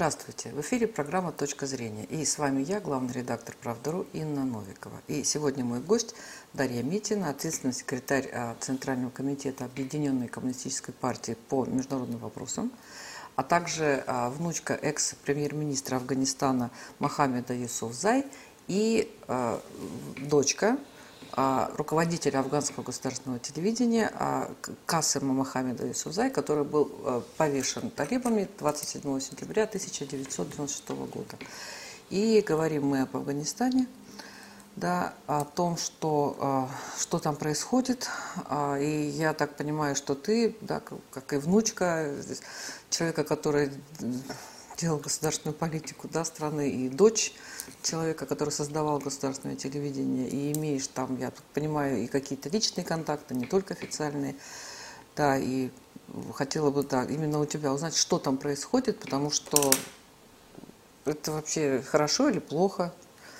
Здравствуйте! В эфире программа «Точка зрения». И с вами я, главный редактор «Правда.ру» Инна Новикова. И сегодня мой гость Дарья Митина, ответственный секретарь Центрального комитета Объединенной коммунистической партии по международным вопросам, а также внучка экс-премьер-министра Афганистана Мохаммеда Юсуфзай и дочка руководителя афганского государственного телевидения Касыма Мохаммеда Юсуфзай, который был повешен талибами 27 сентября 1996 года. И говорим мы об Афганистане, да, о том, что там происходит. И я так понимаю, что ты, да, как и внучка человека, который делал государственную политику, да, страны, и дочь человека, который создавал государственное телевидение, и имеешь там, я понимаю, и какие-то личные контакты, не только официальные, да, и хотела бы, да, именно у тебя узнать, что там происходит, потому что это вообще хорошо или плохо?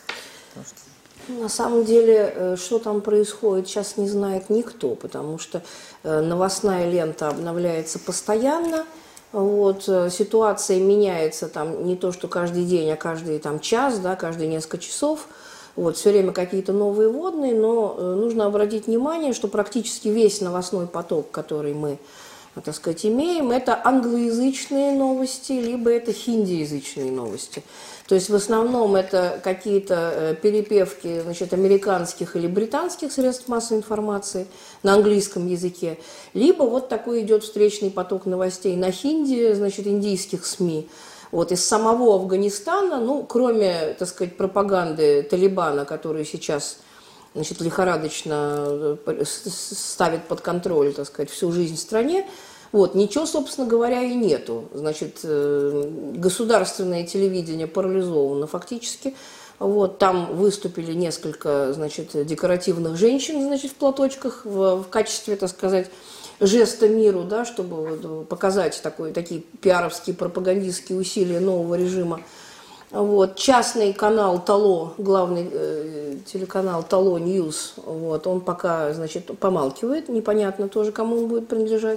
На самом деле, что там происходит, сейчас не знает никто, потому что новостная лента обновляется постоянно. Вот, ситуация меняется там не то, что каждый день, а каждый там час, да, каждые несколько часов. Вот, все время какие-то новые вводные, но нужно обратить внимание, что практически весь новостной поток, который мы, так сказать, имеем, это англоязычные новости, либо это хиндиязычные новости. То есть в основном это какие-то перепевки, значит, американских или британских средств массовой информации на английском языке, либо вот такой идет встречный поток новостей на хинди, значит, индийских СМИ. Вот из самого Афганистана, ну, кроме, так сказать, пропаганды Талибана, который сейчас, значит, лихорадочно ставит под контроль, так сказать, всю жизнь в стране, вот, ничего, собственно говоря, и нету. Значит, государственное телевидение парализовано фактически. Вот, там выступили несколько, значит, декоративных женщин, значит, в платочках в качестве, так сказать, жеста миру, да, чтобы показать такие пиаровские, пропагандистские усилия нового режима. Вот, частный канал ТАЛО, главный телеканал ТАЛО Ньюс, вот, он пока, значит, помалкивает, непонятно тоже, кому он будет принадлежать.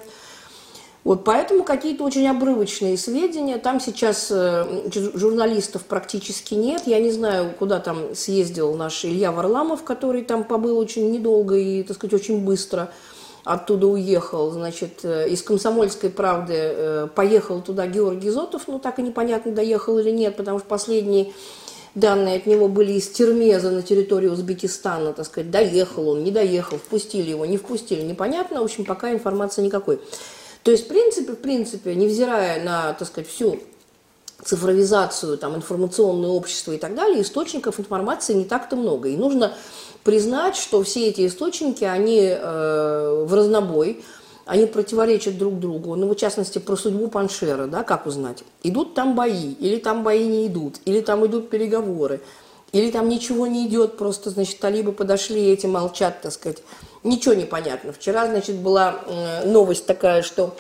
Вот, поэтому какие-то очень обрывочные сведения. Там сейчас журналистов практически нет. Я не знаю, куда там съездил наш Илья Варламов, который там побыл очень недолго и, так сказать, очень быстро оттуда уехал. Значит, из «Комсомольской правды» поехал туда Георгий Зотов, но так и непонятно, доехал или нет, потому что последние данные от него были из Термеза на территории Узбекистана, так сказать, доехал он, не доехал, впустили его, не впустили, непонятно. В общем, пока информации никакой. То есть, в принципе, невзирая на, так сказать, всю цифровизацию, там, информационное общество и так далее, источников информации не так-то много. И нужно признать, что все эти источники, они в разнобой, они противоречат друг другу. Ну, в частности, про судьбу Паншера, да, как узнать? Идут там бои, или там бои не идут, или там идут переговоры, или там ничего не идет, просто, значит, талибы подошли, и эти молчат, так сказать. Ничего не понятно. Вчера, значит, была новость такая, что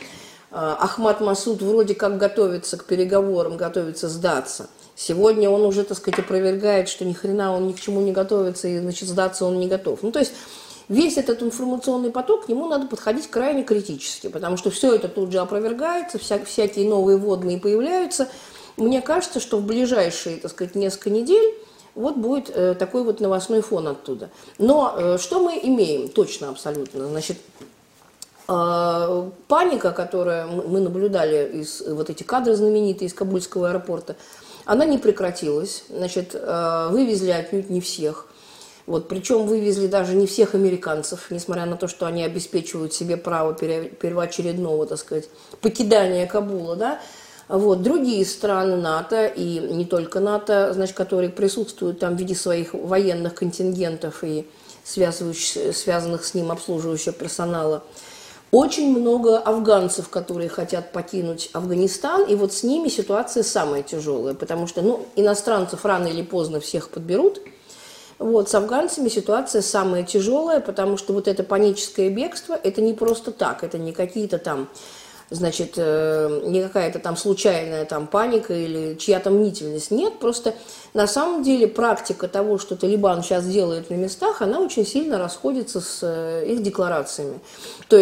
Ахмад Масуд вроде как готовится к переговорам, готовится сдаться. Сегодня он уже, так сказать, опровергает, что ни хрена он ни к чему не готовится, и, значит, сдаться он не готов. Ну, то есть весь этот информационный поток, к нему надо подходить крайне критически, потому что все это тут же опровергается, всякие новые вводные появляются. Мне кажется, что в ближайшие, так сказать, несколько недель вот будет такой вот новостной фон оттуда. Но что мы имеем точно, абсолютно? Значит, паника, которую мы наблюдали, вот эти кадры знаменитые из Кабульского аэропорта, она не прекратилась. Значит, вывезли отнюдь не всех. Вот, причем вывезли даже не всех американцев, несмотря на то, что они обеспечивают себе право первоочередного, так сказать, покидания Кабула, да. Вот, другие страны НАТО и не только НАТО, значит, которые присутствуют там в виде своих военных контингентов и связанных с ним обслуживающего персонала. Очень много афганцев, которые хотят покинуть Афганистан, и вот с ними ситуация самая тяжелая, потому что, ну, иностранцев рано или поздно всех подберут. Вот, с афганцами ситуация самая тяжелая, потому что вот это паническое бегство, это не просто так, это не какие-то там, значит, не какая-то там случайная там паника или чья-то мнительность. Нет, просто на самом деле практика того, что Талибан сейчас делает на местах, она очень сильно расходится с их декларациями. То есть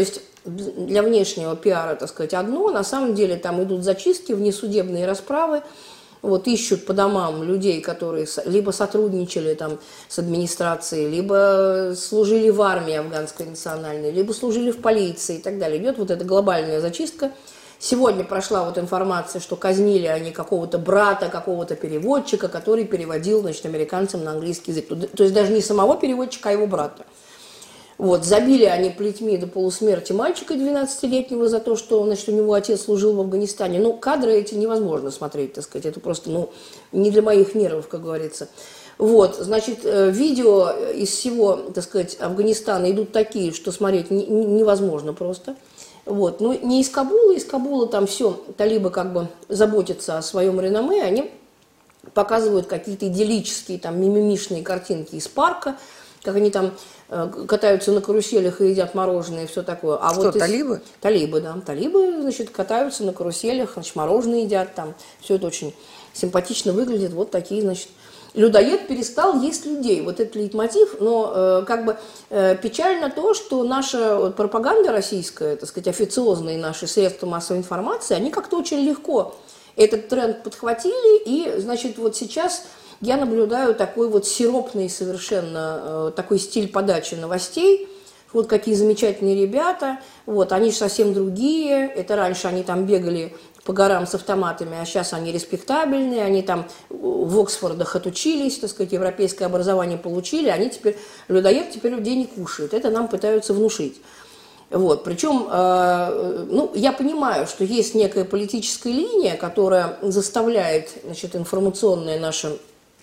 для внешнего пиара, так сказать, одно, на самом деле там идут зачистки, внесудебные расправы, вот ищут по домам людей, которые либо сотрудничали там с администрацией, либо служили в армии афганской национальной, либо служили в полиции и так далее. Идет вот эта глобальная зачистка. Сегодня прошла вот информация, что казнили они какого-то брата, какого-то переводчика, который переводил, значит, американцам на английский язык. То есть даже не самого переводчика, а его брата. Вот, забили они плетьми до полусмерти мальчика 12-летнего за то, что, значит, у него отец служил в Афганистане. Ну, кадры эти невозможно смотреть, так сказать, это просто, ну, не для моих нервов, как говорится. Вот, значит, видео из всего, так сказать, Афганистана идут такие, что смотреть невозможно просто. Вот, ну, не из Кабула там все, талибы как бы заботятся о своем реноме, они показывают какие-то идиллические, там, мимимишные картинки из парка, как они там катаются на каруселях и едят мороженое и все такое. А что, вот талибы? Талибы, да. Талибы, значит, катаются на каруселях, значит, мороженое едят там. Все это очень симпатично выглядит. Вот такие, значит. Людоед перестал есть людей. Вот этот лейтмотив. Но как бы печально то, что наша пропаганда российская, так сказать, официозные наши средства массовой информации, они как-то очень легко этот тренд подхватили. И, значит, вот сейчас я наблюдаю такой вот сиропный совершенно, такой стиль подачи новостей. Вот какие замечательные ребята, вот, они же совсем другие. Это раньше они там бегали по горам с автоматами, а сейчас они респектабельные, они там в Оксфордах отучились, так сказать, европейское образование получили, они теперь, людоед теперь людей не кушает. Это нам пытаются внушить. Вот, причем, ну, я понимаю, что есть некая политическая линия, которая заставляет, значит, информационное наше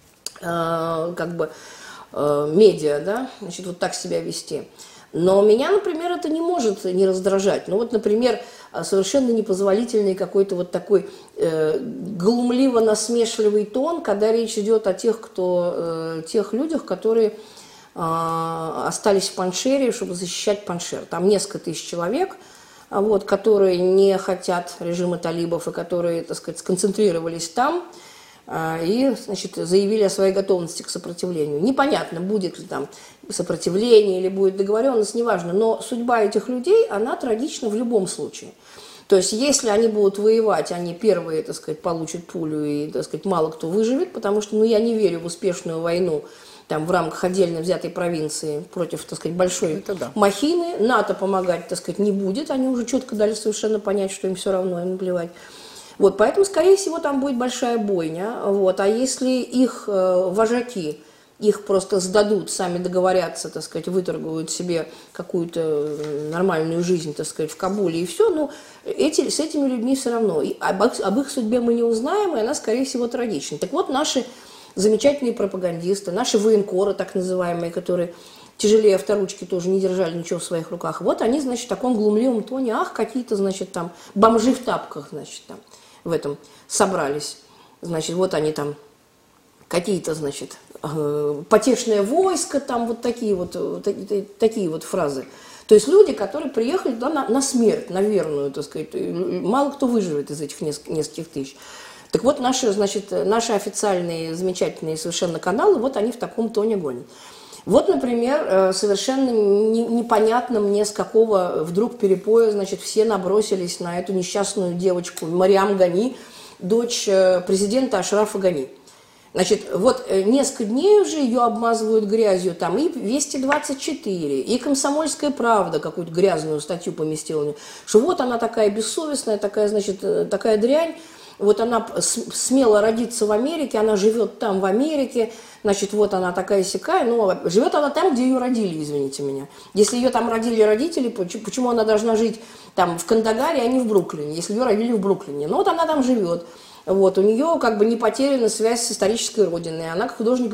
как бы медиа, да, значит, вот так себя вести. Но меня, например, это не может не раздражать. Ну вот, например, совершенно непозволительный какой-то вот такой глумливо-насмешливый тон, когда речь идет о тех людях, которые остались в Паншере, чтобы защищать Паншер. Там несколько тысяч человек, вот, которые не хотят режима талибов и которые, так сказать, сконцентрировались там, и, значит, заявили о своей готовности к сопротивлению. Непонятно, будет ли там сопротивление или будет договоренность, неважно, но судьба этих людей, она трагична в любом случае. То есть, если они будут воевать, они первые, так сказать, получат пулю и, так сказать, мало кто выживет, потому что, ну, я не верю в успешную войну там, в рамках отдельно взятой провинции против, так сказать, большой махины. НАТО помогать, так сказать, не будет, они уже четко дали совершенно понять, что им все равно, им наплевать. Вот, поэтому, скорее всего, там будет большая бойня. Вот. А если их вожаки, их просто сдадут, сами договорятся, так сказать, выторгуют себе какую-то нормальную жизнь, так сказать, в Кабуле и все, ну, с этими людьми все равно. И об их судьбе мы не узнаем, и она, скорее всего, трагична. Так вот, наши замечательные пропагандисты, наши военкоры, так называемые, которые тяжелее авторучки тоже не держали ничего в своих руках, вот они, значит, в таком глумливом тоне, ах, какие-то, значит, там бомжи в тапках, значит, там в этом собрались. Значит, вот они там какие-то, значит, потешное войско, там вот такие вот фразы. То есть люди, которые приехали туда на смерть, на верную, так сказать, мало кто выживет из этих нескольких тысяч. Так вот, наши официальные замечательные совершенно каналы, вот они в таком тоне гонят. Вот, например, совершенно непонятно мне, с какого вдруг перепоя, значит, все набросились на эту несчастную девочку Мариам Гани, дочь президента Ашрафа Гани. Значит, вот несколько дней уже ее обмазывают грязью, там и Вести-24, и «Комсомольская правда» какую-то грязную статью поместила, что вот она такая бессовестная, такая, значит, такая дрянь. Вот она смела родиться в Америке, она живет там в Америке, значит, вот она такая-сякая, но живет она там, где ее родили, извините меня. Если ее там родили родители, почему она должна жить там в Кандагаре, а не в Бруклине, если ее родили в Бруклине? Ну вот она там живет, вот, у нее как бы не потеряна связь с исторической родиной, она художник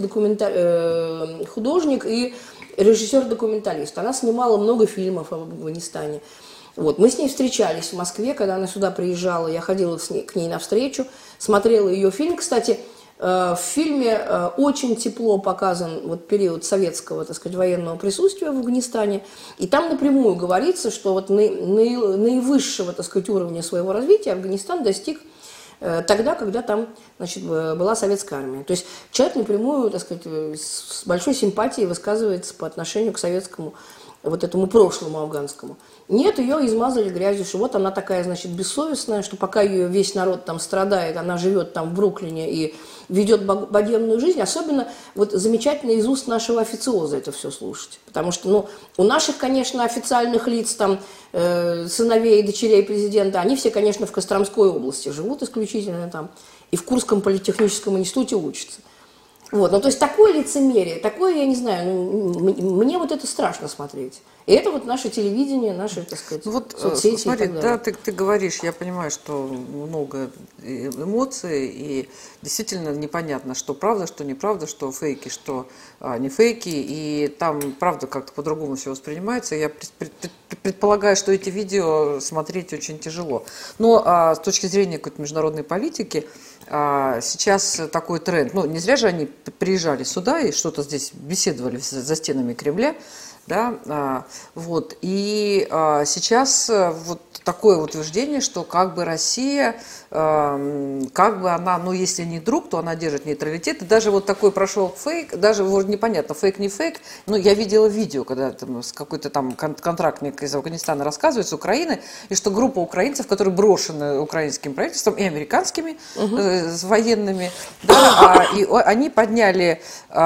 и режиссер-документалист, она снимала много фильмов об Афганистане. Вот. Мы с ней встречались в Москве, когда она сюда приезжала, я ходила к ней навстречу, смотрела ее фильм. Кстати, в фильме очень тепло показан вот период советского, так сказать, военного присутствия в Афганистане, и там напрямую говорится, что вот наивысшего, так сказать, уровня своего развития Афганистан достиг тогда, когда там, значит, была советская армия. То есть человек напрямую, так сказать, с большой симпатией высказывается по отношению к советскому вот этому прошлому афганскому. Нет, ее измазали грязью, что вот она такая, значит, бессовестная, что пока ее весь народ там страдает, она живет там в Бруклине и ведет богемную жизнь. Особенно вот замечательно из уст нашего официоза это все слушать. Потому что, ну, у наших, конечно, официальных лиц, там, сыновей и дочерей президента, они все, конечно, в Костромской области живут исключительно там, и в Курском политехническом институте учатся. Вот, ну, то есть такое лицемерие, такое, я не знаю, ну, мне вот это страшно смотреть. И это вот наше телевидение, наши, так сказать, вот, соцсети смотри, и так далее. да, ты говоришь, я понимаю, что много эмоций, и действительно непонятно, что правда, что неправда, что фейки, что не фейки, и там, правда, как-то по-другому все воспринимается. Я предполагаю, что эти видео смотреть очень тяжело. Но с точки зрения какой-то международной политики, сейчас такой тренд, ну, не зря же они приезжали сюда и что-то здесь беседовали за стенами Кремля, да, вот, и сейчас вот такое утверждение, что как бы Россия, как бы она, ну, если не друг, то она держит нейтралитет, и даже вот такой прошел фейк, даже вот непонятно, фейк не фейк, но я видела видео, когда там какой-то там контрактник из Афганистана рассказывает, с Украины, и что группа украинцев, которые брошены украинским правительством и американскими военными, да, и они подняли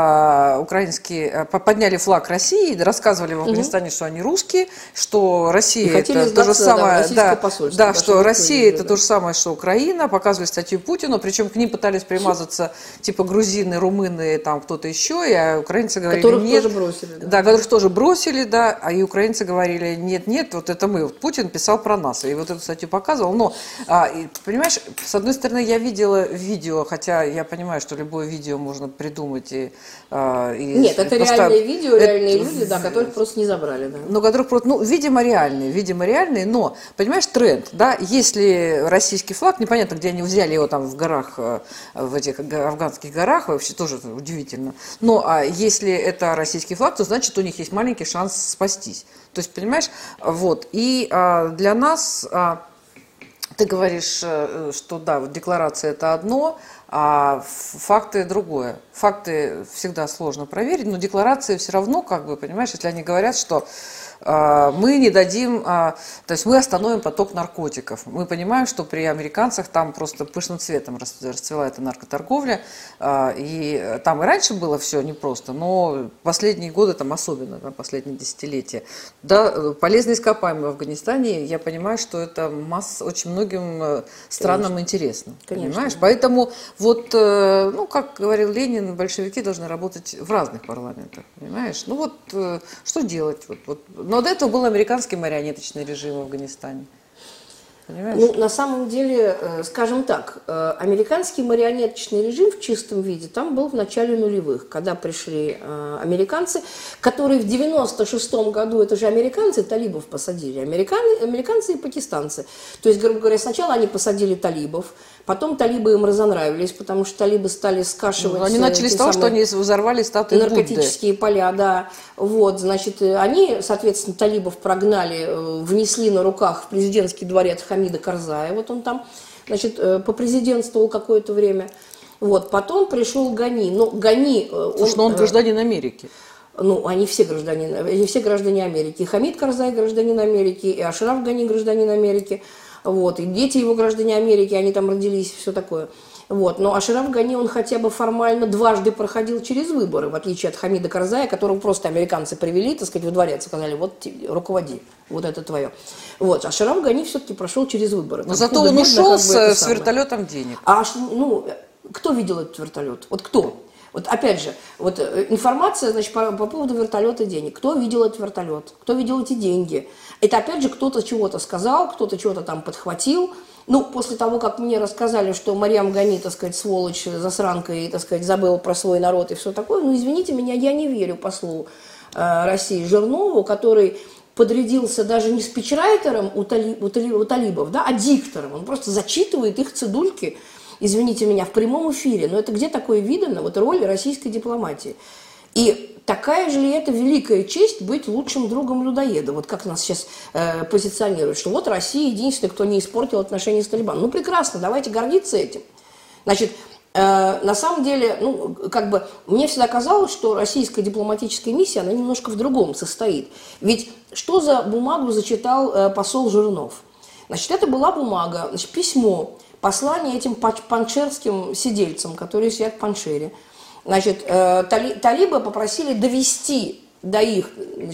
подняли флаг России, рассказывали в Афганистане, что они русские, что Россия это то же самое, да, что Россия это то же самое, что Украина, показывали статью Путину, причем к ним пытались примазаться типа грузины, румыны, там кто-то еще, и украинцы говорили которых нет, тоже бросили, да, которых тоже бросили, да, а и украинцы говорили нет, вот это мы, вот Путин писал про нас, и вот эту статью показывал, но, понимаешь, с одной стороны, я видела видео, хотя я понимаю, что любое видео можно придумать нет, это реальные видео, реальные люди, да, которых просто не забрали, да. Ну, которых просто, ну, видимо, реальные, но, понимаешь, тренд, да, если российский флаг, непонятно, где они взяли его там в горах, в этих афганских горах, вообще тоже удивительно, но если это российский флаг, то значит у них есть маленький шанс спастись. То есть, понимаешь, вот, и для нас, ты говоришь, что да, вот декларация это одно, а факты другое. Факты всегда сложно проверить, но декларации все равно, как бы, понимаешь, если они говорят, что мы не дадим, то есть мы остановим поток наркотиков. Мы понимаем, что при американцах там просто пышным цветом расцвела эта наркоторговля, и там и раньше было все непросто, но последние годы там особенно, там, последние десятилетия. Да, полезные ископаемые в Афганистане, я понимаю, что это очень многим странам Конечно. интересно. Конечно. Понимаешь? Поэтому вот, ну, как говорил Ленин, большевики должны работать в разных парламентах, понимаешь? Ну вот, что делать? Вот. Но до этого был американский марионеточный режим в Афганистане. Понимаешь? Ну, на самом деле, скажем так, американский марионеточный режим в чистом виде там был в начале нулевых, когда пришли американцы, которые в 96-м году, это же американцы талибов посадили, американцы и пакистанцы. То есть, грубо говоря, сначала они посадили талибов, потом талибы им разонравились, потому что талибы стали скашивать... Они начали с того, что они взорвали статуи наркотические Будды. Поля, да. Вот, значит, они, соответственно, талибов прогнали, внесли на руках в президентский дворец Хамида Карзая, вот он там, значит, попрезидентствовал какое-то время. Вот, потом пришел Гани. Но Гани... Он гражданин Америки. Ну, они все граждане Америки. И Хамид Карзай гражданин Америки, и Ашраф Гани гражданин Америки. Вот, и дети его граждане Америки, они там родились, все такое. Вот, но Ашраф Гани, он хотя бы формально дважды проходил через выборы, в отличие от Хамида Карзая, которого просто американцы привели, так сказать, во дворец, и сказали, вот, руководи, вот это твое. Вот, Ашраф Гани все-таки прошел через выборы. Но зато он ушел с вертолетом денег. Ну, кто видел этот вертолет? Вот кто? Вот опять же, вот информация, значит, по поводу вертолета денег. Кто видел этот вертолет? Кто видел эти деньги? Это опять же кто-то чего-то сказал, кто-то чего-то там подхватил. Ну, после того, как мне рассказали, что Мариам Гани, так сказать, сволочь, засранка, и, так сказать, забыла про свой народ и все такое, ну, извините меня, я не верю послу России Жирнову, который подрядился даже не спичрайтером у талибов, да, а диктором. Он просто зачитывает их цедульки, извините меня, в прямом эфире. Но это где такое видано? Вот роль российской дипломатии. И такая же ли это великая честь быть лучшим другом людоеда? Вот как нас сейчас позиционируют, что вот Россия единственная, кто не испортил отношения с Талибаном. Ну, прекрасно, давайте гордиться этим. Значит, На самом деле, ну, как бы, мне всегда казалось, что российская дипломатическая миссия, она немножко в другом состоит. Ведь что за бумагу зачитал посол Жирнов? Значит, это была бумага, значит, письмо, послание этим паншерским сидельцам, которые сидят в Паншере. Значит, талибы попросили довести до них,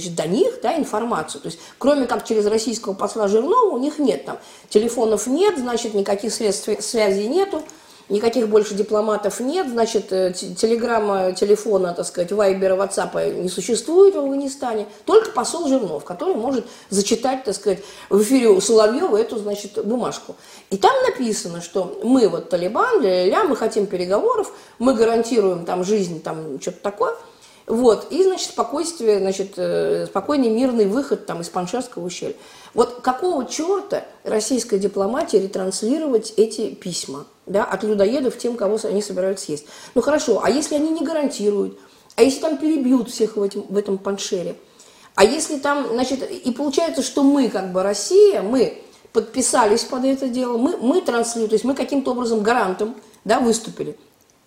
да, информацию. То есть, кроме как через российского посла Жирнова, у них нет там телефонов нет, значит, никаких средств связи нету. Никаких больше дипломатов нет, значит, телеграмма, телефона, так сказать, вайбера, ватсапа не существует в Афганистане. Только посол Жирнов, который может зачитать, так сказать, в эфире у Соловьева эту, значит, бумажку. И там написано, что мы вот Талибан, мы хотим переговоров, мы гарантируем там жизнь, там что-то такое. Вот, и, значит, спокойствие, значит, спокойный мирный выход там из Паншерского ущелья. Вот какого черта российская дипломатия ретранслировать эти письма, да, от людоедов тем, кого они собираются съесть? Ну хорошо, а если они не гарантируют? А если там перебьют всех в этом Паншере? А если там, значит, и получается, что мы, как бы Россия, мы подписались под это дело, мы транслируем, то есть мы каким-то образом гарантом, да, выступили.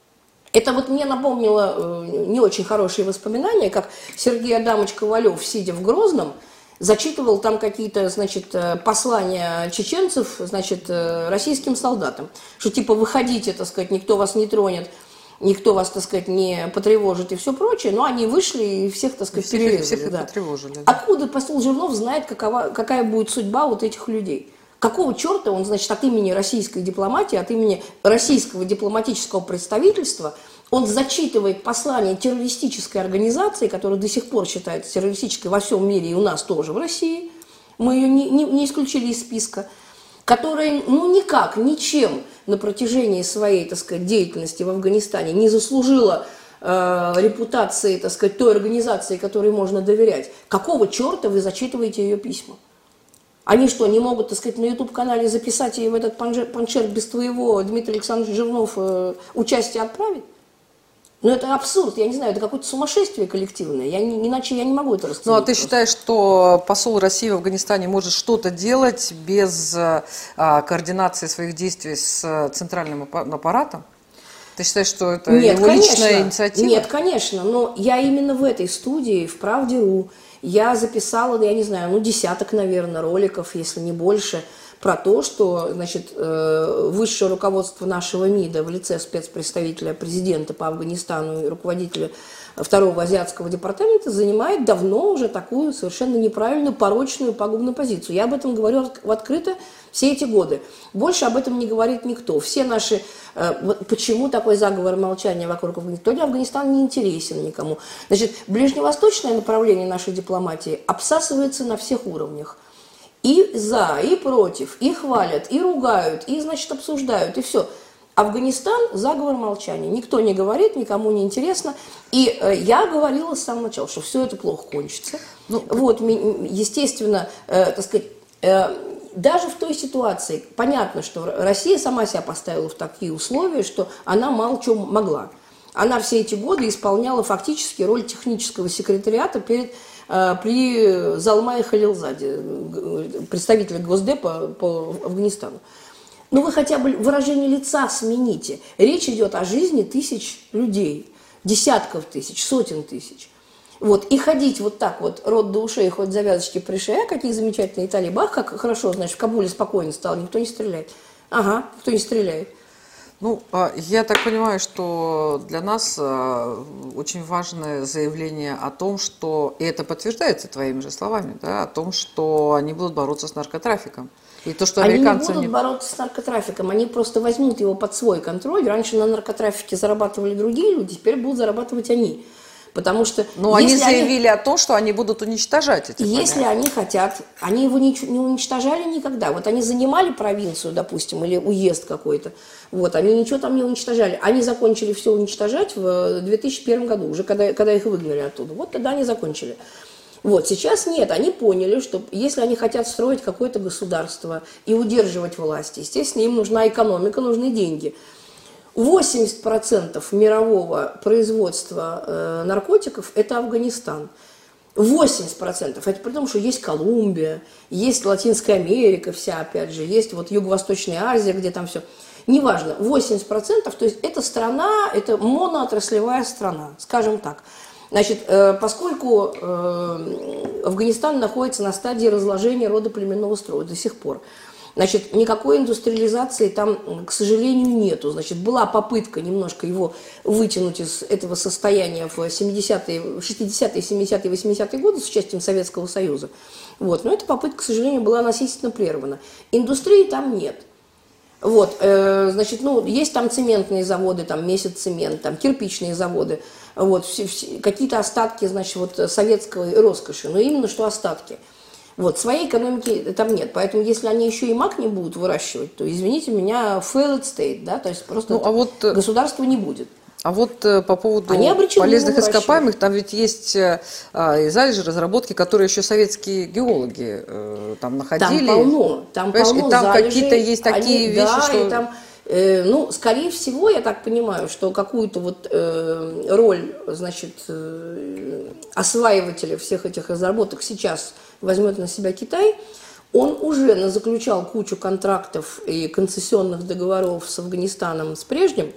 Это вот мне напомнило не очень хорошие воспоминания, как Сергей Адамович Ковалев, сидя в Грозном, зачитывал там какие-то, значит, послания чеченцев, значит, российским солдатам, что типа выходите, так сказать, никто вас не тронет, никто вас, так сказать, не потревожит и все прочее, но они вышли и всех, так сказать, перерезали. Всех да. потревожили. Да. Откуда посол Жирнов знает, какая будет судьба вот этих людей? Какого черта он, значит, от имени российской дипломатии, от имени российского дипломатического представительства, он зачитывает послание террористической организации, которая до сих пор считается террористической во всем мире и у нас тоже в России, мы ее не исключили из списка, которая, ну, никак, ничем на протяжении своей, так сказать, деятельности в Афганистане не заслужила репутации, так сказать, той организации, которой можно доверять. Какого черта вы зачитываете ее письма? Они что, не могут, так сказать, на YouTube-канале записать и в этот Паншер без твоего, Дмитрий Александрович Жирнов, участие отправить? Ну, это абсурд, я не знаю, это какое-то сумасшествие коллективное, иначе я не могу это расценить. Ну, а ты считаешь, что посол России в Афганистане может что-то делать без координации своих действий с центральным аппаратом? Ты считаешь, что это Нет, его конечно, личная инициатива? Нет, конечно, но я именно в этой студии, в «Правде.ру», я записала, я не знаю, ну, десяток, наверное, роликов, если не больше, про то, что, значит, высшее руководство нашего МИДа в лице спецпредставителя президента по Афганистану и руководителя второго азиатского департамента занимает давно уже такую совершенно неправильную, порочную, пагубную позицию. Я об этом говорю открыто все эти годы. Больше об этом не говорит никто. Все наши... Почему такой заговор молчания вокруг Афганистана? То ли Афганистан не интересен никому. Значит, ближневосточное направление нашей дипломатии обсасывается на всех уровнях. И за, и против, и хвалят, и ругают, и, значит, обсуждают, и все. Афганистан – заговор молчания. Никто не говорит, никому не интересно. И я говорила с самого начала, что все это плохо кончится. Ну, вот, естественно, так сказать, даже в той ситуации, понятно, что Россия сама себя поставила в такие условия, что она мало чего могла. Она все эти годы исполняла фактически роль технического секретариата при Залмае Халилзаде, представителя Госдепа по Афганистану. Ну вы хотя бы выражение лица смените. Речь идет о жизни тысяч людей, десятков тысяч, сотен тысяч. Вот. И ходить вот так вот, рот до ушей, хоть завязочки пришей, какие замечательные талибы, как хорошо, значит, в Кабуле спокойно стало, никто не стреляет. Ага, никто не стреляет. Ну, я так понимаю, что для нас очень важное заявление о том, что, и это подтверждается твоими же словами, да, о том, что они будут бороться с наркотрафиком. И то, что американцы... Они не будут бороться с наркотрафиком, они просто возьмут его под свой контроль. Раньше на наркотрафике зарабатывали другие люди, теперь будут зарабатывать они. Потому что... Но они заявили о том, что они будут уничтожать эти поля. Если они хотят, они его не уничтожали никогда. Вот они занимали провинцию, допустим, или уезд какой-то, вот, они ничего там не уничтожали. Они закончили все уничтожать в 2001 году, уже когда их выгнали оттуда. Вот тогда они закончили. Вот, сейчас нет, они поняли, что если они хотят строить какое-то государство и удерживать власть, естественно, им нужна экономика, нужны деньги. 80% мирового производства наркотиков – это Афганистан. 80%. Это при том, что есть Колумбия, есть Латинская Америка вся, опять же, есть вот Юго-Восточная Азия, где там все. неважно, 80%, то есть это страна, это моноотраслевая страна, скажем так. Значит, поскольку Афганистан находится на стадии разложения родоплеменного строя до сих пор, значит, никакой индустриализации там, к сожалению, нету. Значит, была попытка немножко его вытянуть из этого состояния в 70-е, 60-е, 70-е, 80-е годы с участием Советского Союза. Вот. Но эта попытка, к сожалению, была насильственно прервана. Индустрии там нет. Вот, значит, ну, есть там цементные заводы, там Месяц цемент, там кирпичные заводы, вот, какие-то остатки, значит, вот советской роскоши, но именно что остатки. Вот, своей экономики там нет, поэтому если они еще и мак не будут выращивать, то, извините меня, failed state, да, то есть просто Ну, а вот государства не будет. А вот по поводу Они полезных ископаемых, там ведь есть залежи, разработки, которые еще советские геологи там находили. Там полно и там залежей, какие-то есть такие вещи, да, что... И там, ну, скорее всего, я так понимаю, что какую-то вот роль, значит, осваивателя всех этих разработок сейчас возьмет на себя Китай. Он уже заключал кучу контрактов и концессионных договоров с Афганистаном с прежним,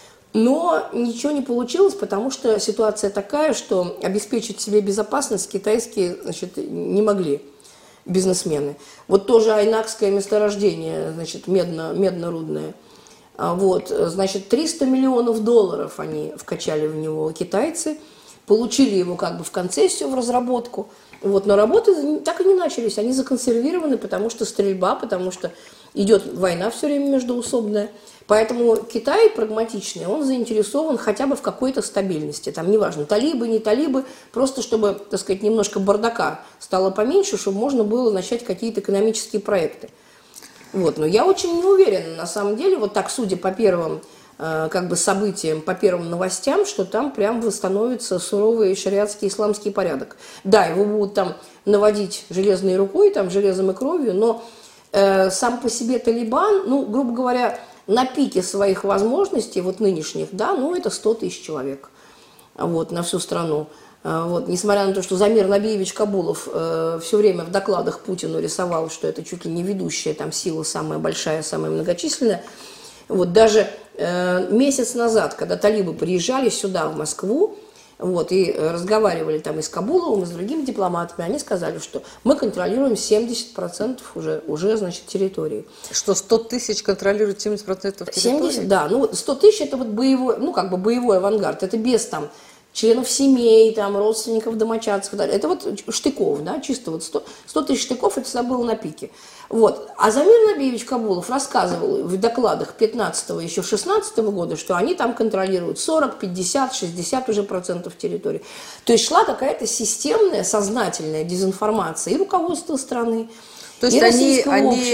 но ничего не получилось, потому что ситуация такая, что обеспечить себе безопасность китайские, значит, не могли бизнесмены. Вот тоже айнакское месторождение, значит, медно-рудное. Вот, значит, $300 миллионов они вкачали в него, китайцы, получили его как бы в концессию, в разработку. Вот, но работы так и не начались, они законсервированы, потому что стрельба, потому что идет война все время междоусобная. Поэтому Китай прагматичный, он заинтересован хотя бы в какой-то стабильности. Там неважно, талибы, не талибы, просто чтобы, так сказать, немножко бардака стало поменьше, чтобы можно было начать какие-то экономические проекты. Вот. Но я очень не уверена, на самом деле, вот так, судя по первым как бы событиям, по первым новостям, что там прям восстановится суровый шариатский исламский порядок. Да, его будут там наводить железной рукой, там, железом и кровью, но сам по себе Талибан, ну, грубо говоря, на пике своих возможностей, вот нынешних, да, ну, это 100 тысяч человек, вот, на всю страну. Вот, несмотря на то, что Замир Набиевич Кабулов все время в докладах Путину рисовал, что это чуть ли не ведущая там сила, самая большая, самая многочисленная. Вот, даже месяц назад, когда талибы приезжали сюда, в Москву, вот, и разговаривали там и с Кабуловым, и с другими дипломатами, они сказали, что мы контролируем 70% уже, значит, территории. Что 100 тысяч контролирует 70% территории? 70, да, ну 100 тысяч это вот боевой, ну как бы боевой авангард, это без там членов семей, там, родственников, домочадцев. Это вот штыков, да, чисто вот 100 тысяч штыков, это всегда было на пике. Вот. А Замир Набиевич Кабулов рассказывал в докладах 15-го, еще 16-го года, что они там контролируют 40, 50, 60 уже процентов территории. То есть шла какая-то системная, сознательная дезинформация и руководства страны. То есть они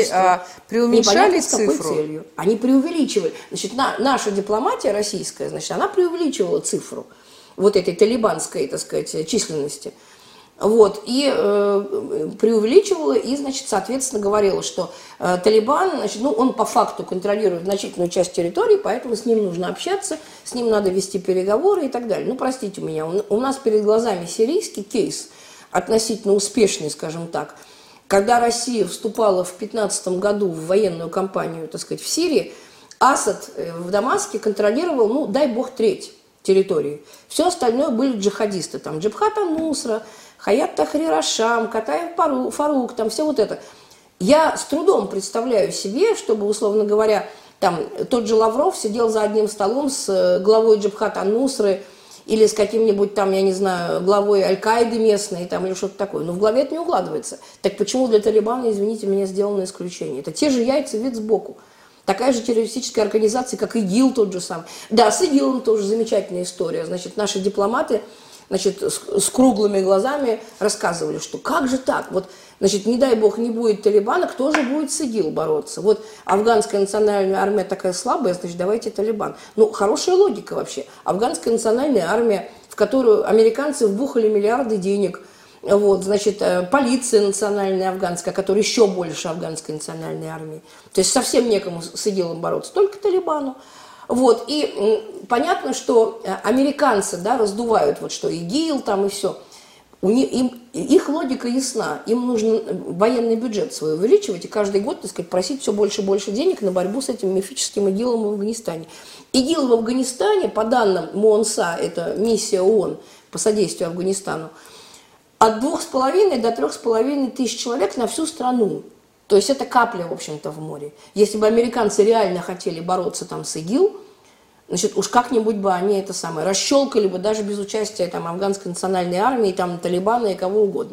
преуменьшали цифру? Целью. Они преувеличивали. Значит, наша дипломатия российская, значит, она преувеличивала цифру вот этой талибанской, так сказать, численности. Вот, и преувеличивала, и, значит, соответственно, говорила, что Талибан, значит, ну, он по факту контролирует значительную часть территории, поэтому с ним нужно общаться, с ним надо вести переговоры и так далее. Ну, простите меня, у нас перед глазами сирийский кейс, относительно успешный, скажем так, когда Россия вступала в 2015 году в военную кампанию, так сказать, в Сирии, Асад в Дамаске контролировал, ну, дай бог, треть территории. Все остальное были джихадисты. Там Джабхат ан-Нусра, Хаят Тахрир аш-Шам, Катаев Фарук, там все вот это. Я с трудом представляю себе, чтобы, условно говоря, там тот же Лавров сидел за одним столом с главой Джабхат ан-Нусры или с каким-нибудь там, я не знаю, главой Аль-Каиды местной там, или что-то такое. Но в голове это не укладывается. Так почему для Талибана, извините меня, сделано исключение? Это те же яйца, вид сбоку. Такая же террористическая организация, как ИГИЛ тот же самый. Да, с ИГИЛом тоже замечательная история. Значит, наши дипломаты, значит, с круглыми глазами рассказывали, что как же так? Вот, значит, не дай бог не будет Талибана, кто же будет с ИГИЛ бороться? Вот афганская национальная армия такая слабая, значит, давайте Талибан. Ну, хорошая логика вообще. Афганская национальная армия, в которую американцы вбухали миллиарды денег. Вот, значит, полиция национальная афганская, которая еще больше афганской национальной армии. То есть совсем некому с ИГИЛом бороться, только Талибану. Вот, и понятно, что американцы, да, раздувают вот что ИГИЛ там и все. Их логика ясна. Им нужно военный бюджет свой увеличивать и каждый год, так сказать, просить все больше и больше денег на борьбу с этим мифическим ИГИЛом в Афганистане. ИГИЛ в Афганистане, по данным МОНСА, это миссия ООН по содействию Афганистану, от 2,5 до 3,5 тысяч человек на всю страну. То есть это капля, в общем-то, в море. Если бы американцы реально хотели бороться там с ИГИЛ, значит, уж как-нибудь бы они это самое расщелкали бы даже без участия там афганской национальной армии, там Талибана и кого угодно.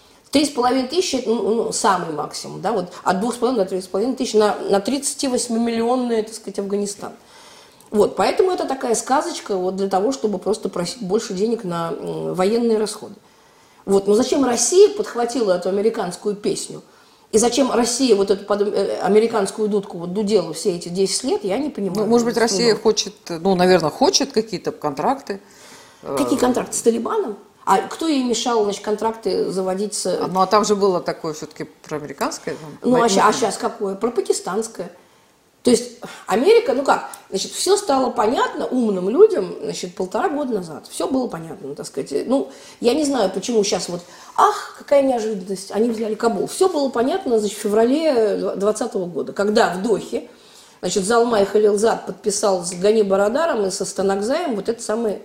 3,5 тысячи – это самый максимум, да, вот от 2,5 до 3,5 тысяч на 38-миллионный, так сказать, Афганистан. Вот, поэтому это такая сказочка вот для того, чтобы просто просить больше денег на военные расходы. Вот, но зачем Россия подхватила эту американскую песню? И зачем Россия вот эту американскую дудку вот дудела все эти 10 лет, я не понимаю. Ну, может быть, Россия хочет, ну, наверное, хочет какие-то контракты. Какие контракты? С Талибаном? А кто ей мешал, значит, контракты заводить с... Ну, а там же было такое все-таки проамериканское. Ну, а сейчас какое? Пропакистанское. То есть Америка, ну как, значит, все стало понятно умным людям, значит, 1,5 года назад. Все было понятно, так сказать. Ну, я не знаю, почему сейчас вот, ах, какая неожиданность, они взяли Кабул. Все было понятно, значит, в феврале 2020 года, когда в Дохе, значит, Залмай Халилзад подписал с Гани Барадаром и со Станакзаем вот этот самый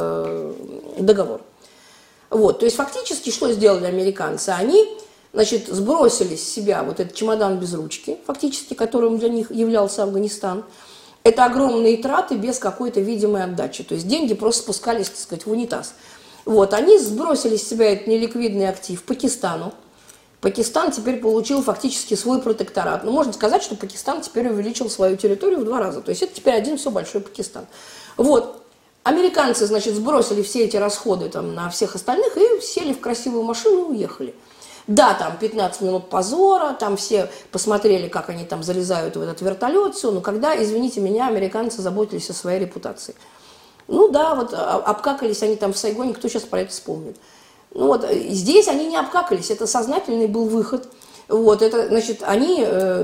договор. Вот, то есть фактически что сделали американцы? Они, значит, сбросили с себя вот этот чемодан без ручки, фактически, которым для них являлся Афганистан. Это огромные траты без какой-то видимой отдачи. То есть деньги просто спускались, так сказать, в унитаз. Вот, они сбросили с себя этот неликвидный актив Пакистану. Пакистан теперь получил фактически свой протекторат. Ну, можно сказать, что Пакистан теперь увеличил свою территорию в 2 раза. То есть это теперь один все большой Пакистан. Вот. Американцы, значит, сбросили все эти расходы там, на всех остальных и сели в красивую машину и уехали. Да, там 15 минут позора, там все посмотрели, как они там залезают в этот вертолет, все. Но когда, извините меня, американцы заботились о своей репутации. Ну да, вот обкакались они там в Сайгоне, кто сейчас про это вспомнит. Ну вот, здесь они не обкакались, это сознательный был выход. Вот, это, значит, они,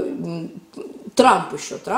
Трамп,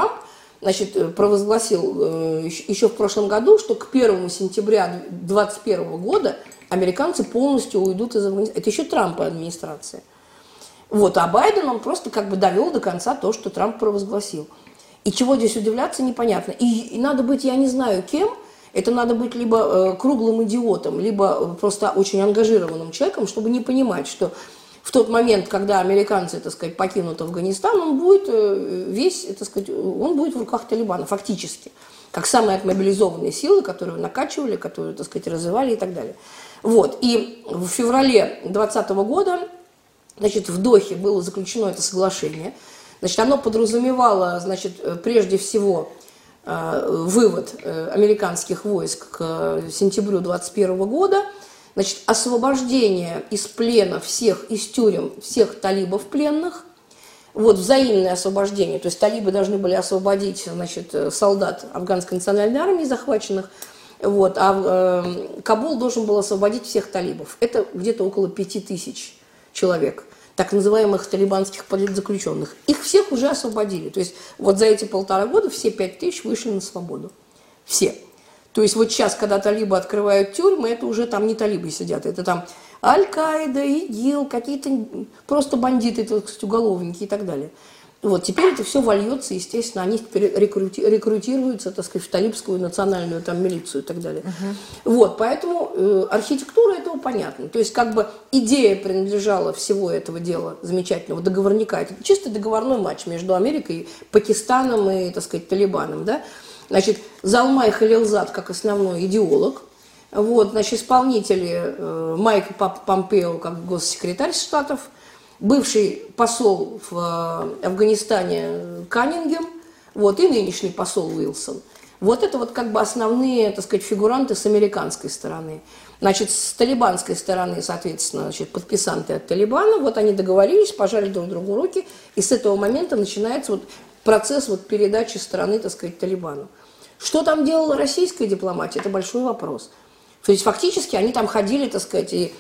значит, провозгласил еще в прошлом году, что к 1 сентября 2021 года американцы полностью уйдут из Афганистана. Это еще Трампа администрация. Вот, а Байден, он просто как бы довел до конца то, что Трамп провозгласил. И чего здесь удивляться, непонятно. И надо быть, я не знаю кем, это надо быть либо круглым идиотом, либо просто очень ангажированным человеком, чтобы не понимать, что в тот момент, когда американцы, так сказать, покинут Афганистан, он будет весь, так сказать, он будет в руках Талибана, фактически. Как самые отмобилизованные силы, которые накачивали, которые, так сказать, развивали и так далее. Вот. И в феврале 2020 года, значит, в Дохе было заключено это соглашение. Значит, оно подразумевало, значит, прежде всего вывод американских войск к сентябрю 2021 года, значит, освобождение из плена всех, из тюрем всех талибов пленных, вот, взаимное освобождение, то есть талибы должны были освободить, значит, солдат афганской национальной армии захваченных, вот, а Кабул должен был освободить всех талибов. Это где-то около 5000 человек, так называемых талибанских политзаключенных. Их всех уже освободили, то есть вот за эти 1,5 года все 5000 вышли на свободу, все. То есть вот сейчас, когда талибы открывают тюрьмы, это уже там не талибы сидят, это там Аль-Каида, ИГИЛ, какие-то просто бандиты, так сказать, уголовники и так далее. Вот теперь это все вольется, естественно, они теперь рекрутируются, так сказать, в талибскую национальную там милицию и так далее. Вот, поэтому архитектура этого понятна. То есть как бы идея принадлежала всего этого дела замечательного договорника. Это чисто договорной матч между Америкой, Пакистаном и, так сказать, Талибаном, да. Значит, Залмай Халилзад как основной идеолог, вот, значит, исполнители Майк Помпео как госсекретарь Штатов, бывший посол в Афганистане Каннингем, вот, и нынешний посол Уилсон. Вот это вот как бы основные, так сказать, фигуранты с американской стороны. Значит, с талибанской стороны, соответственно, значит, подписанты от Талибана, вот они договорились, пожали друг другу руки, и с этого момента начинается вот процесс вот передачи страны, так сказать, Талибану. Что там делала российская дипломатия, это большой вопрос. То есть фактически они там ходили, так сказать, и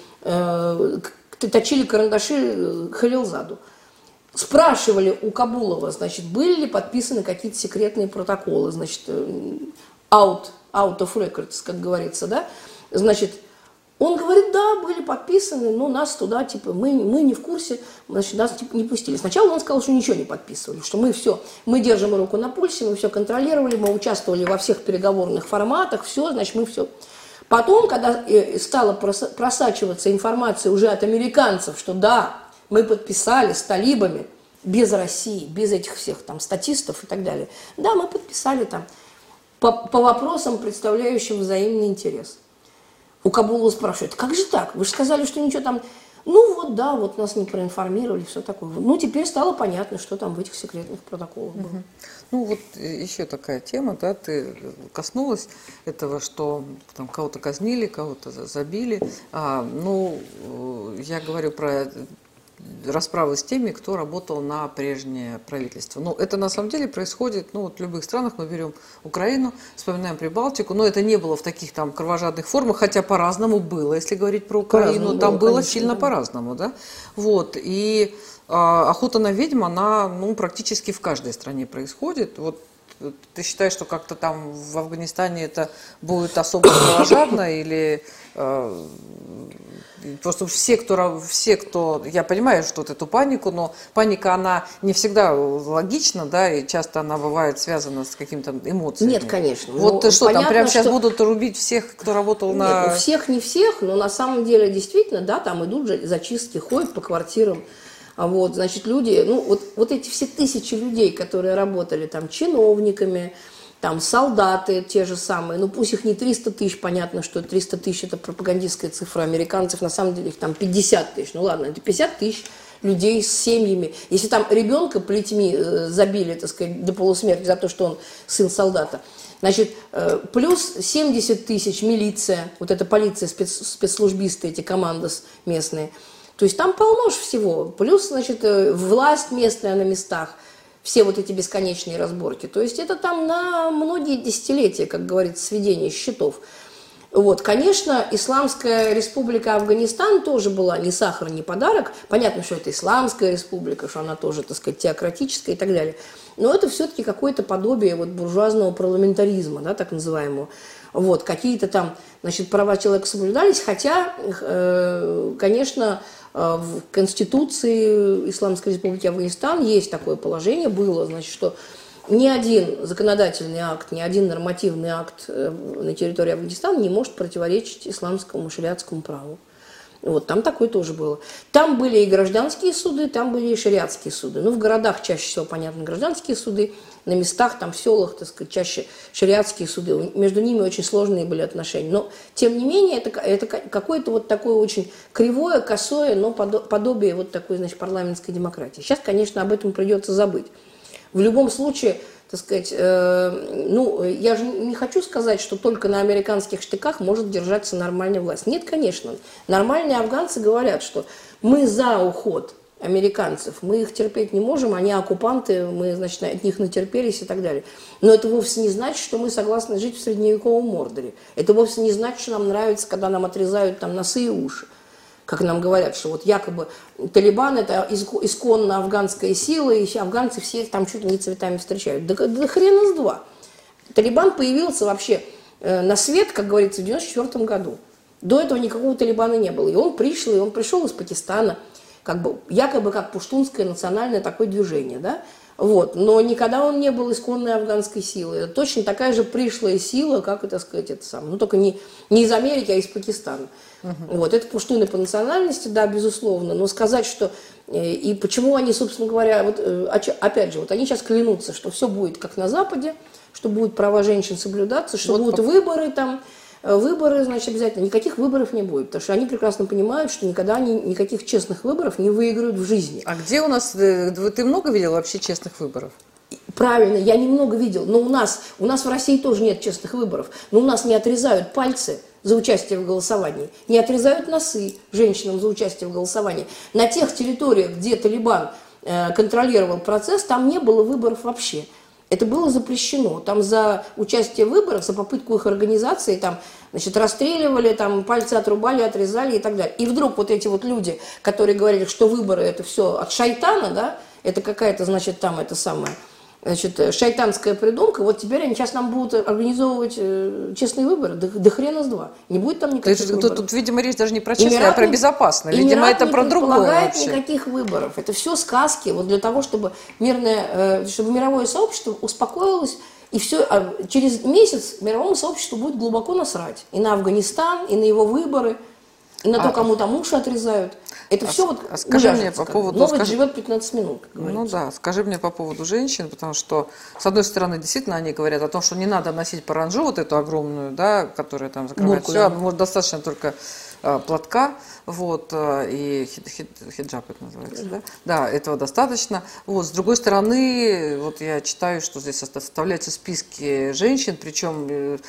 точили карандаши Халилзаду. Спрашивали у Кабулова, значит, были ли подписаны какие-то секретные протоколы, значит, out of records, как говорится, да, значит, Он говорит, да, были подписаны, но нас туда, типа, мы не в курсе, значит, нас типа, не пустили. Сначала он сказал, что ничего не подписывали, что мы все, мы держим руку на пульсе, мы все контролировали, мы участвовали во всех переговорных форматах, все, значит, мы все. Потом, когда стала просачиваться информация уже от американцев, что да, мы подписали с талибами, без России, без этих всех там статистов и так далее, да, мы подписали там по вопросам, представляющим взаимный интерес. У Кабулова спрашивают, как же так? Вы же сказали, что ничего там... Ну вот, да, вот нас не проинформировали, все такое. Ну, теперь стало понятно, что там в этих секретных протоколах было. Ну, вот еще такая тема, да, ты коснулась этого, что там кого-то казнили, кого-то забили. Я говорю про расправы с теми, кто работал на прежнее правительство. Ну, это на самом деле происходит, ну, вот в любых странах. Мы берем Украину, вспоминаем Прибалтику, но это не было в таких там кровожадных формах, хотя по-разному было, если говорить про Украину, там было конечно, сильно по-разному, да. Вот, и охота на ведьм, она, ну, практически в каждой стране происходит. Вот ты считаешь, что как-то там в Афганистане это будет особо кровожадно или... Просто все, кто... Я понимаю, что вот эту панику, но паника, она не всегда логична, да, и часто она бывает связана с какими-то эмоциями. Нет, конечно. Вот ну, что, понятно, там прямо сейчас будут рубить всех, кто работал на... Нет, всех не всех, но на самом деле действительно, да, там идут же зачистки, ходят по квартирам. Вот, значит, люди, ну, вот эти все тысячи людей, которые работали там чиновниками, там солдаты те же самые, ну пусть их не 300 тысяч, понятно, что 300 тысяч это пропагандистская цифра американцев, на самом деле их там 50 тысяч, ну ладно, это 50 тысяч людей с семьями. Если там ребенка плетьми забили, так сказать, до полусмерти за то, что он сын солдата, значит, плюс 70 тысяч милиция, вот эта полиция, спецслужбисты, эти команды местные, то есть там полно всего, плюс, значит, власть местная на местах, все вот эти бесконечные разборки. То есть это там на многие десятилетия, как говорится, сведение счетов. Вот, конечно, Исламская республика Афганистан тоже была не сахар, не подарок. Понятно, что это Исламская республика, что она тоже, так сказать, теократическая и так далее. Но это все-таки какое-то подобие вот буржуазного парламентаризма, да, так называемого. Вот, какие-то там, значит, права человека соблюдались, хотя, конечно, в Конституции Исламской Республики Афганистан есть такое положение, было, значит, что ни один законодательный акт, ни один нормативный акт на территории Афганистана не может противоречить исламскому шариатскому праву. Вот, там такое тоже было. Там были и гражданские суды, там были и шариатские суды. Ну, в городах чаще всего, понятно, гражданские суды, на местах, там, в селах, так сказать, чаще шариатские суды. Между ними очень сложные были отношения. Но, тем не менее, это какое-то вот такое очень кривое, косое, но подобие вот такой, значит, парламентской демократии. Сейчас, конечно, об этом придется забыть. В любом случае, так сказать, ну, я же не хочу сказать, что только на американских штыках может держаться нормальная власть. Нет, конечно. Нормальные афганцы говорят, что мы за уход американцев, мы их терпеть не можем, они оккупанты, мы, значит, от них натерпелись и так далее. Но это вовсе не значит, что мы согласны жить в средневековом Мордоре. Это вовсе не значит, что нам нравится, когда нам отрезают там носы и уши. Как нам говорят, что вот якобы Талибан – это исконно афганская сила, и афганцы все их там чуть ли не цветами встречают. Да хрена с два. Талибан появился вообще на свет, как говорится, в 1994 году. До этого никакого Талибана не было. И он пришел из Пакистана, как бы, якобы как пуштунское национальное такое движение, да? Вот. Но никогда он не был исконной афганской силой. Это точно такая же пришлая сила, как, так сказать, это самое. Ну, только не из Америки, а из Пакистана. Вот. Это пуштуны по национальности, да, безусловно. Но сказать, что... И почему они, собственно говоря, вот, опять же, вот они сейчас клянутся, что все будет как на Западе, что будут права женщин соблюдаться, что вот будут выборы там. Выборы, значит, обязательно. Никаких выборов не будет, потому что они прекрасно понимают, что никогда они никаких честных выборов не выиграют в жизни. А где у нас, ты много видел вообще честных выборов? Правильно, я немного видел, но у нас в России тоже нет честных выборов. Но у нас не отрезают пальцы за участие в голосовании, не отрезают носы женщинам за участие в голосовании. На тех территориях, где Талибан контролировал процесс, там не было выборов вообще. Это было запрещено. Там за участие в выборах, за попытку их организации, там, значит, расстреливали, там, пальцы отрубали, отрезали и так далее. И вдруг вот эти вот люди, которые говорили, что выборы это все от шайтана, да, это какая-то, значит, там это самое, значит, шайтанская придумка, вот теперь они сейчас нам будут организовывать честные выборы, до хрена с два. Не будет там никаких выборов. Тут, видимо, речь даже не про честные, а про безопасные. Видимо, это про другое вообще. Никаких выборов. Это все сказки вот для того, чтобы мировое сообщество успокоилось, и все, через месяц мировому сообществу будет глубоко насрать. И на Афганистан, и на его выборы, и на то, кому там уши отрезают. Это все вот скажи мне по поводу... Новость живет 15 минут, как говорится. Ну да, скажи мне по поводу женщин, потому что, с одной стороны, действительно, они говорят о том, что не надо носить паранджу, вот эту огромную, да, которая там закрывает все, а может достаточно только платка, вот, и хиджаб это называется, да? Да, этого достаточно. Вот, с другой стороны, вот я читаю, что здесь составляются списки женщин, причем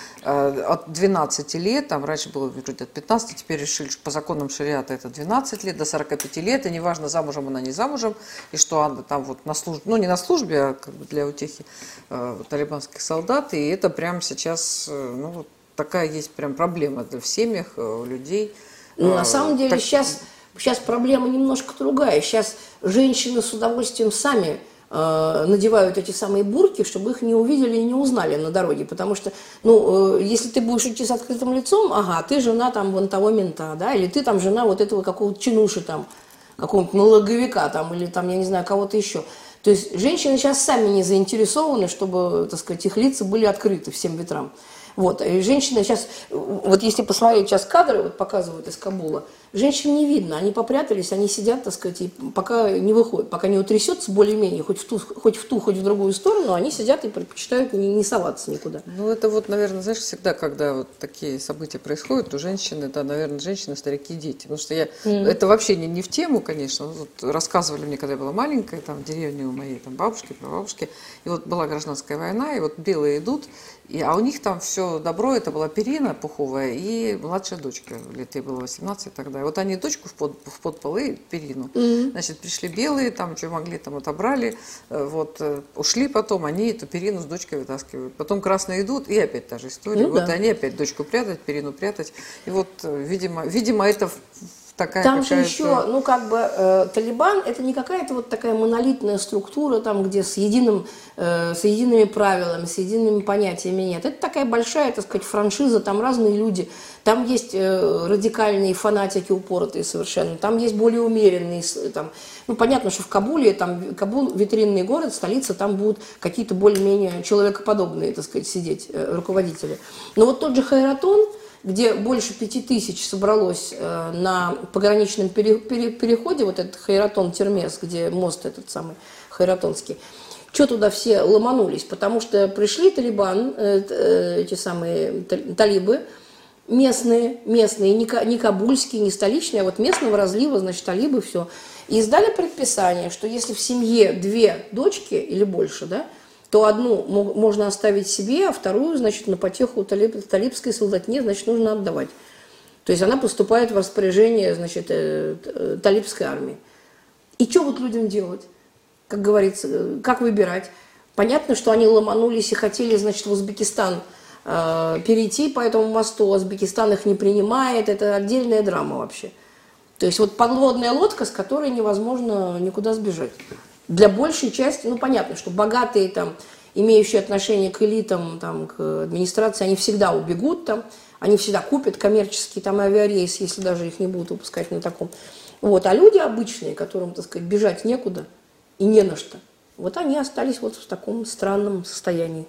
от 12 лет, там раньше было вроде от 15, теперь решили, что по законам шариата это 12 лет, до 45 лет, и неважно, замужем она, не замужем, и что она там вот на службе, ну не на службе, а как бы для утехи талибанских солдат, и это прямо сейчас, ну вот, такая есть прям проблема в семьях, у людей. Ну, на самом деле сейчас проблема немножко другая. Сейчас женщины с удовольствием сами надевают эти самые бурки, чтобы их не увидели и не узнали на дороге. Потому что, ну, если ты будешь идти с открытым лицом, ага, ты жена там вон того мента, да, или ты там жена вот этого какого-то чинуши там, какого-то налоговика там, или там, я не знаю, кого-то еще. То есть женщины сейчас сами не заинтересованы, чтобы, так сказать, их лица были открыты всем ветрам. Вот, и женщины сейчас, вот если посмотреть сейчас кадры, вот показывают из Кабула, женщин не видно, они попрятались, они сидят, так сказать, и пока не выходят, пока не утрясется более-менее, хоть в другую сторону, они сидят и предпочитают не соваться никуда. Ну, это вот, наверное, знаешь, всегда, когда вот такие события происходят, то женщины, это, наверное, женщины, старики, дети. Потому что это вообще не в тему, конечно. Вот рассказывали мне, когда я была маленькая, там, в деревне у моей там, бабушки, прабабушки, и вот была гражданская война, и вот белые идут, а у них там все добро, это была перина пуховая и младшая дочка, лет ей было 18 тогда. И вот они дочку в подпол и перину. Значит, пришли белые, там что могли, там отобрали, вот, ушли потом, они эту перину с дочкой вытаскивают. Потом красные идут, и опять та же история. Ну, вот да. Они опять дочку прятать, перину прятать. И вот, видимо это... Там же еще, ну как бы, Талибан это не какая-то вот такая монолитная структура, там, где с едиными правилами, с едиными понятиями нет. Это такая большая, так сказать, франшиза, там разные люди. Там есть радикальные фанатики, упоротые совершенно, там есть более умеренные, там, ну понятно, что в Кабуле, там, Кабул витринный город, столица, там будут какие-то более-менее человекоподобные, так сказать, сидеть руководители. Но вот тот же Хайратон, где больше 5000 собралось на пограничном переходе, вот этот Хайратон-Термес, где мост этот самый хайратонский, что туда все ломанулись? Потому что пришли Талибан, эти самые талибы, местные, не кабульские, не столичные, а вот местного разлива, значит, талибы, все. И издали предписание, что если в семье 2 дочки или больше, да, то одну можно оставить себе, а вторую, значит, на потеху талибской солдатне, значит, нужно отдавать. То есть она поступает в распоряжение, значит, талибской армии. И что вот людям делать? Как говорится, как выбирать? Понятно, что они ломанулись и хотели, значит, в Узбекистан перейти по этому мосту. Узбекистан их не принимает. Это отдельная драма вообще. То есть вот подводная лодка, с которой невозможно никуда сбежать. Для большей части, ну, понятно, что богатые, там, имеющие отношение к элитам, там, к администрации, они всегда убегут, там, они всегда купят коммерческий там, авиарейс, если даже их не будут выпускать на таком. Вот. А люди обычные, которым, так сказать, бежать некуда и не на что, вот они остались вот в таком странном состоянии.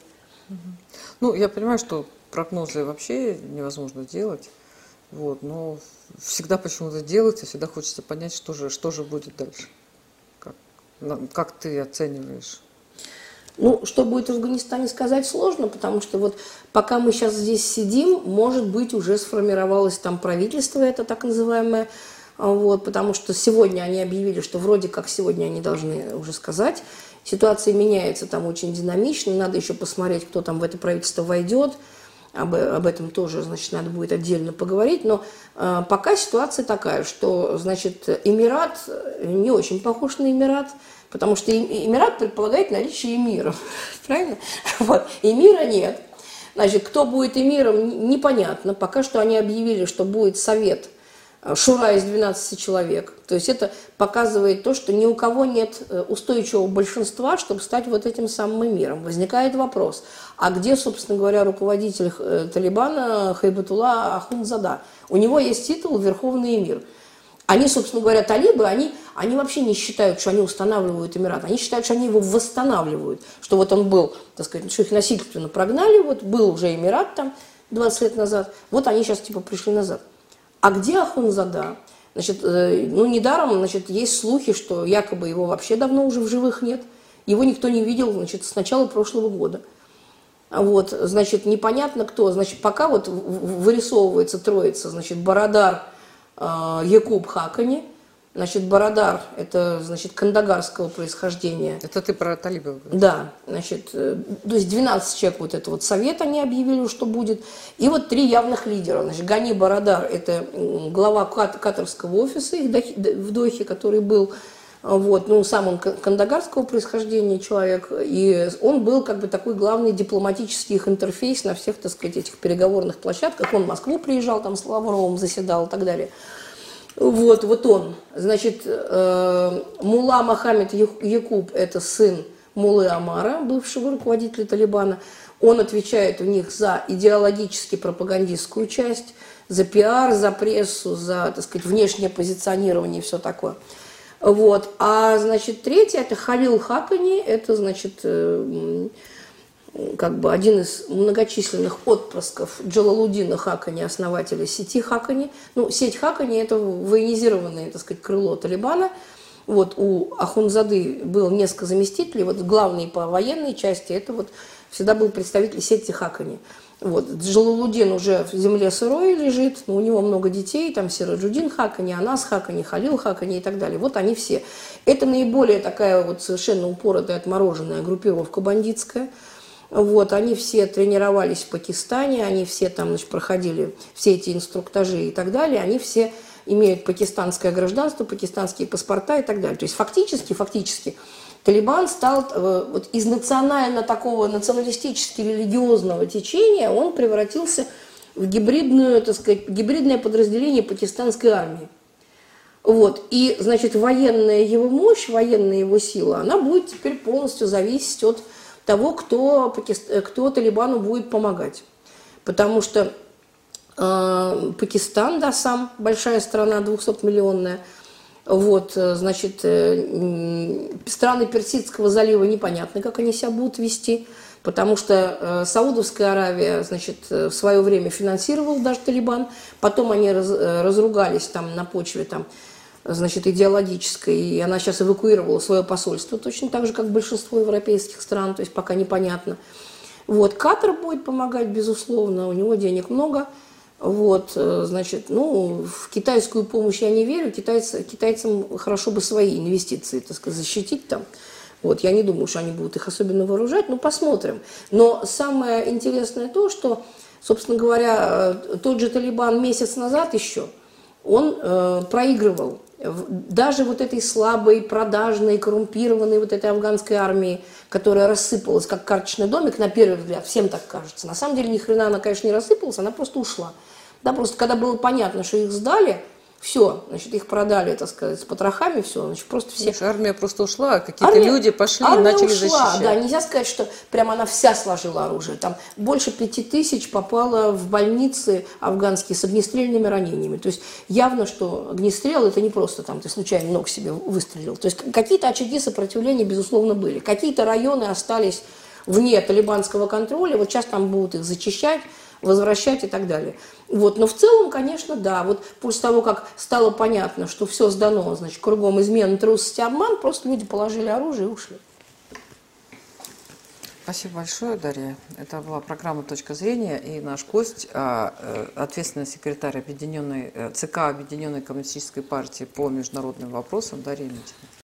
Ну, я понимаю, что прогнозы вообще невозможно делать, вот, но всегда почему-то делается, всегда хочется понять, что же будет дальше. Как ты оцениваешь? Ну, что будет в Афганистане, сказать сложно, потому что вот пока мы сейчас здесь сидим, может быть, уже сформировалось там правительство, это так называемое, вот, потому что сегодня они объявили, что вроде как сегодня они должны уже сказать. Ситуация меняется там очень динамично, надо еще посмотреть, кто там в это правительство войдет. Об этом тоже, значит, надо будет отдельно поговорить, но пока ситуация такая, что, значит, Эмират не очень похож на Эмират, потому что Эмират предполагает наличие эмира, правильно? Вот. Эмира нет. Значит, кто будет эмиром, непонятно. Пока что они объявили, что будет совет шура из 12 человек. То есть это показывает то, что ни у кого нет устойчивого большинства, чтобы стать вот этим самым эмиром. Возникает вопрос, а где, собственно говоря, руководитель Талибана Хайбатулла Ахундзада? У него есть титул «Верховный эмир». Они, собственно говоря, талибы, они вообще не считают, что они устанавливают эмират. Они считают, что они его восстанавливают. Что вот он был, так сказать, что их насильственно прогнали, вот был уже эмират там 20 лет назад, вот они сейчас типа пришли назад. А где Ахундзада? Значит, недаром, значит, есть слухи, что якобы его вообще давно уже в живых нет. Его никто не видел, значит, с начала прошлого года. Вот, значит, непонятно кто. Значит, пока вот вырисовывается троица, значит, Барадар, Якуб Хакани. Значит, Барадар – это, значит, кандагарского происхождения. Это ты про талибов говоришь? Да, значит, то есть 12 человек вот это вот совет они объявили, что будет. И вот 3 явных лидера. Значит, Гани Барадар – это глава катарского офиса в Дохе, который был. Вот, ну, сам он кандагарского происхождения человек, и он был как бы такой главный дипломатический их интерфейс на всех, так сказать, этих переговорных площадках. Он в Москву приезжал, там с Лавровым заседал и так далее. Вот он. Значит, Мулла Мохаммед Якуб – это сын Муллы Омара, бывшего руководителя Талибана. Он отвечает у них за идеологически-пропагандистскую часть, за пиар, за прессу, за, так сказать, внешнее позиционирование и все такое. Вот. А, значит, третий – это Халил Хакани, это, значит, как бы один из многочисленных отпрысков Джалалуддина Хакани, основателя сети Хакани. Ну, сеть Хакани – это военизированное, так сказать, крыло Талибана. Вот у Ахундзады было несколько заместителей. Вот главный по военной части – это вот всегда был представитель сети Хакани. Вот. Джалалуддин уже в земле сырой лежит, но у него много детей, там Сираджуддин Хакани, Анас Хакани, Халил Хакани и так далее. Вот они все. Это наиболее такая вот совершенно упоротая, отмороженная группировка бандитская. Вот, они все тренировались в Пакистане, они все там, значит, проходили все эти инструктажи и так далее, они все имеют пакистанское гражданство, пакистанские паспорта и так далее. То есть фактически Талибан стал вот из национально такого националистически-религиозного течения, он превратился в гибридную, так сказать, гибридное подразделение пакистанской армии. Вот. И, значит, военная его мощь, военная его сила, она будет теперь полностью зависеть от того, кто Талибану будет помогать. Потому что Пакистан, да, сам большая страна, 200-миллионная, вот, значит, страны Персидского залива непонятно, как они себя будут вести, потому что Саудовская Аравия, значит, в свое время финансировала даже Талибан, потом они разругались там на почве там, значит, идеологической, и она сейчас эвакуировала свое посольство, точно так же, как большинство европейских стран, то есть пока непонятно. Вот, Катар будет помогать, безусловно, у него денег много. Вот, значит, ну, в китайскую помощь я не верю, китайцам хорошо бы свои инвестиции, так сказать, защитить там. Вот, я не думаю, что они будут их особенно вооружать, но посмотрим. Но самое интересное то, что, собственно говоря, тот же Талибан месяц назад еще, он проигрывал даже вот этой слабой, продажной, коррумпированной вот этой афганской армии, которая рассыпалась как карточный домик, на первый взгляд, всем так кажется. На самом деле ни хрена она, конечно, не рассыпалась, она просто ушла. Да, просто когда было понятно, что их сдали, все, значит, их продали, так сказать, с потрохами, все, значит, просто все... Знаешь, армия просто ушла, а какие-то люди пошли и начали защищать. Да, нельзя сказать, что прямо она вся сложила оружие. Там больше 5000 попало в больницы афганские с огнестрельными ранениями. То есть явно, что огнестрел – это не просто там ты случайно ног себе выстрелил. То есть какие-то очаги сопротивления, безусловно, были. Какие-то районы остались вне талибанского контроля, вот сейчас там будут их зачищать, возвращать и так далее. Вот. Но в целом, конечно, да, вот после того, как стало понятно, что все сдано, значит, кругом измена, трусость и обман, просто люди положили оружие и ушли. Спасибо большое, Дарья. Это была программа «Точка зрения», и наш гость, ответственный секретарь ЦК Объединенной коммунистической партии по международным вопросам Дарья Митина.